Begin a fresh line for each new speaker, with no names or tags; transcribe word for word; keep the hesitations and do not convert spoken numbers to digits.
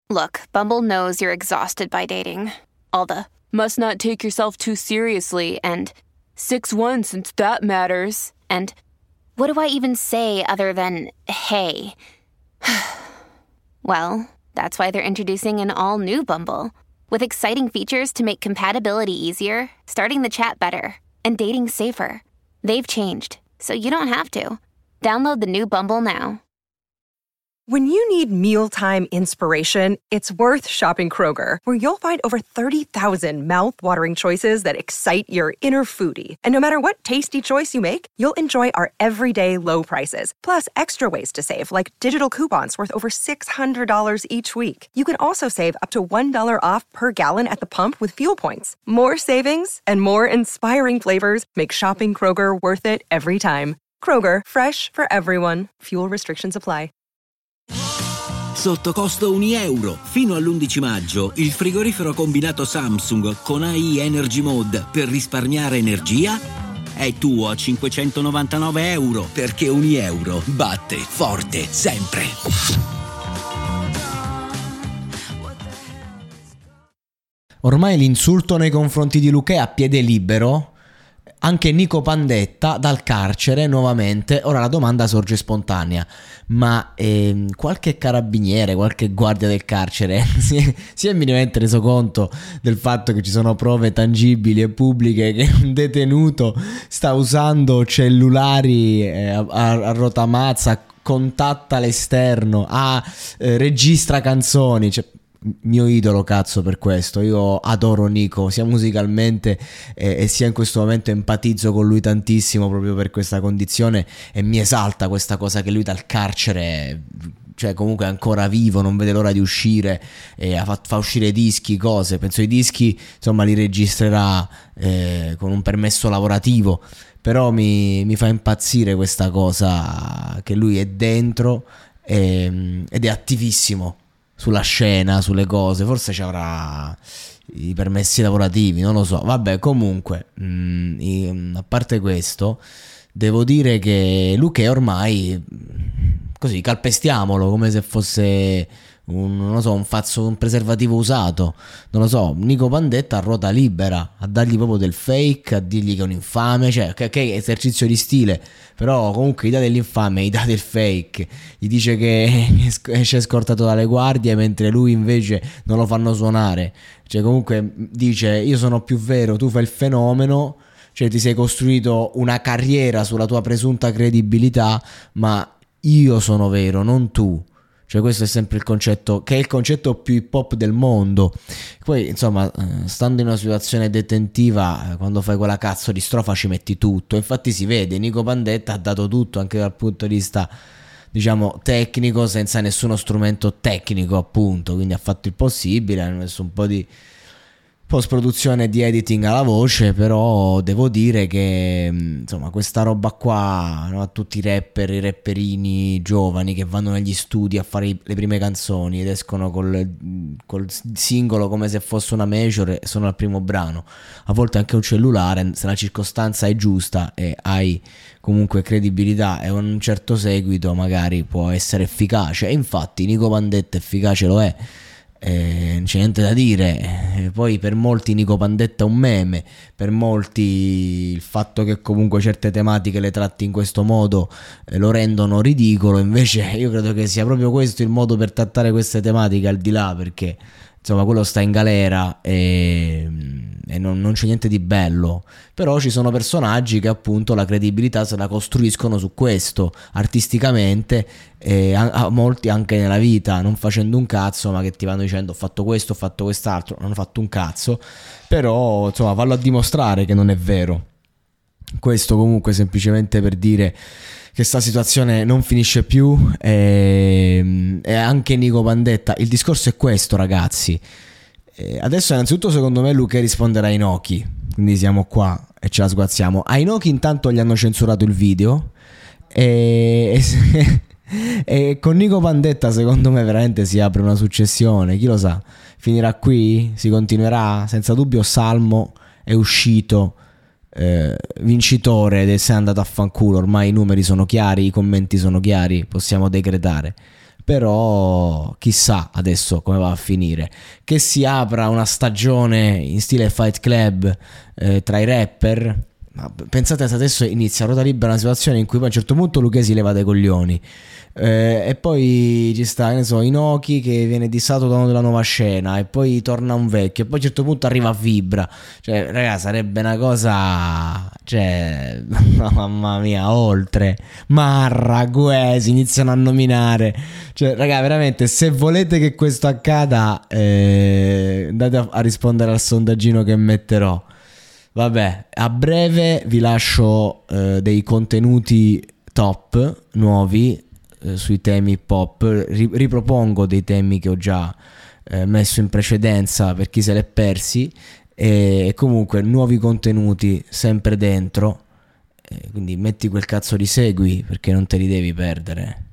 Look, Bumble knows you're exhausted by dating. All the must not take yourself too seriously and six one since that matters. And what do I even say other than hey? Well, that's why they're introducing an all-new Bumble with exciting features to make compatibility easier, starting the chat better, and dating safer. They've changed, so you don't have to. Download the new Bumble now.
When you need mealtime inspiration, it's worth shopping Kroger, where you'll find over thirty thousand mouth-watering choices that excite your inner foodie. And no matter what tasty choice you make, you'll enjoy our everyday low prices, plus extra ways to save, like digital coupons worth over six hundred dollars each week. You can also save up to one dollar off per gallon at the pump with fuel points. More savings and more inspiring flavors make shopping Kroger worth it every time. Kroger, fresh for everyone. Fuel restrictions apply.
Sotto costo un euro. Fino all'undici maggio il frigorifero combinato Samsung con A I Energy Mode per risparmiare energia è tuo a cinquecentonovantanove euro, perché un euro batte forte sempre.
Ormai l'insulto nei confronti di Luché è a piede libero. Anche Nico Pandetta dal carcere nuovamente. Ora la domanda sorge spontanea: ma ehm, qualche carabiniere, qualche guardia del carcere si è, si è minimamente reso conto del fatto che ci sono prove tangibili e pubbliche che un detenuto sta usando cellulari eh, a, a rotamazza, contatta l'esterno, a, eh, registra canzoni, cioè mio idolo, cazzo, per questo. Io adoro Nico sia musicalmente eh, e sia in questo momento empatizzo con lui tantissimo proprio per questa condizione, e mi esalta questa cosa che lui dal carcere, cioè comunque è ancora vivo, non vede l'ora di uscire, e fa, fa uscire dischi, cose. Penso i dischi insomma li registrerà eh, con un permesso lavorativo, però mi, mi fa impazzire questa cosa che lui è dentro e, ed è attivissimo sulla scena, sulle cose. Forse ci avrà i permessi lavorativi, non lo so. Vabbè, comunque mh, a parte questo, devo dire che Luché ormai così calpestiamolo come se fosse un, non lo so, un fazzo, un preservativo usato, non lo so. Nico Pandetta a ruota libera, a dargli proprio del fake, a dirgli che è un infame, cioè che, che è esercizio di stile, però comunque gli dà dell'infame, gli dà del fake, gli dice che esce scortato dalle guardie mentre lui invece non lo fanno suonare, cioè comunque dice: io sono più vero, tu fai il fenomeno, cioè ti sei costruito una carriera sulla tua presunta credibilità, ma io sono vero, non tu. Cioè questo è sempre il concetto, che è il concetto più hip hop del mondo. Poi insomma, stando in una situazione detentiva, quando fai quella cazzo di strofa ci metti tutto. Infatti si vede, Nico Pandetta ha dato tutto anche dal punto di vista, diciamo, tecnico, senza nessuno strumento tecnico appunto. Quindi ha fatto il possibile, ha messo un po' di post produzione di editing alla voce, però devo dire che insomma questa roba qua, no? Tutti i rapper, i rapperini giovani che vanno negli studi a fare le prime canzoni ed escono col, col singolo come se fosse una major e sono al primo brano, a volte anche un cellulare, se la circostanza è giusta e hai comunque credibilità e un certo seguito, magari può essere efficace. E infatti Nico Pandetta efficace lo è. Eh, non c'è niente da dire. Eh, poi per molti Nico Pandetta è un meme, per molti il fatto che comunque certe tematiche le tratti in questo modo eh, lo rendono ridicolo. Invece io credo che sia proprio questo il modo per trattare queste tematiche, al di là, perché insomma quello sta in galera e, e non, non c'è niente di bello. Però ci sono personaggi che appunto la credibilità se la costruiscono su questo, artisticamente, e a, a molti anche nella vita, non facendo un cazzo, ma che ti vanno dicendo: ho fatto questo, ho fatto quest'altro. Non hanno fatto un cazzo, però insomma vallo a dimostrare che non è vero. Questo comunque semplicemente per dire che sta situazione non finisce più, e, e anche Nico Pandetta. Il discorso è questo, ragazzi. E adesso innanzitutto secondo me Luché risponderà a Inoki, quindi siamo qua e ce la sguazziamo. A Inoki intanto gli hanno censurato il video e, e, e con Nico Pandetta secondo me veramente si apre una successione. Chi lo sa, finirà qui, si continuerà. Senza dubbio Salmo è uscito Eh, vincitore ed è andato a fanculo. Ormai i numeri sono chiari, i commenti sono chiari, possiamo decretare. però chissà adesso come va a finire. Che si apra una stagione in stile Fight Club eh, tra i rapper. Ma pensate se adesso inizia a ruota libera una situazione in cui poi a un certo punto Luché si leva dai coglioni eh, e poi ci sta, ne so, Inoki che viene dissato da uno della nuova scena e poi torna un vecchio e poi a un certo punto arriva Vibra, cioè raga sarebbe una cosa, cioè mamma mia, oltre Marra, Gue, si iniziano a nominare, cioè raga veramente se volete che questo accada eh, andate a, a rispondere al sondaggino che metterò. Vabbè, a breve vi lascio eh, dei contenuti top nuovi eh, sui temi hip hop. Ri- ripropongo dei temi che ho già eh, messo in precedenza per chi se l'è persi, e comunque nuovi contenuti sempre dentro, eh, quindi metti quel cazzo di segui perché non te li devi perdere.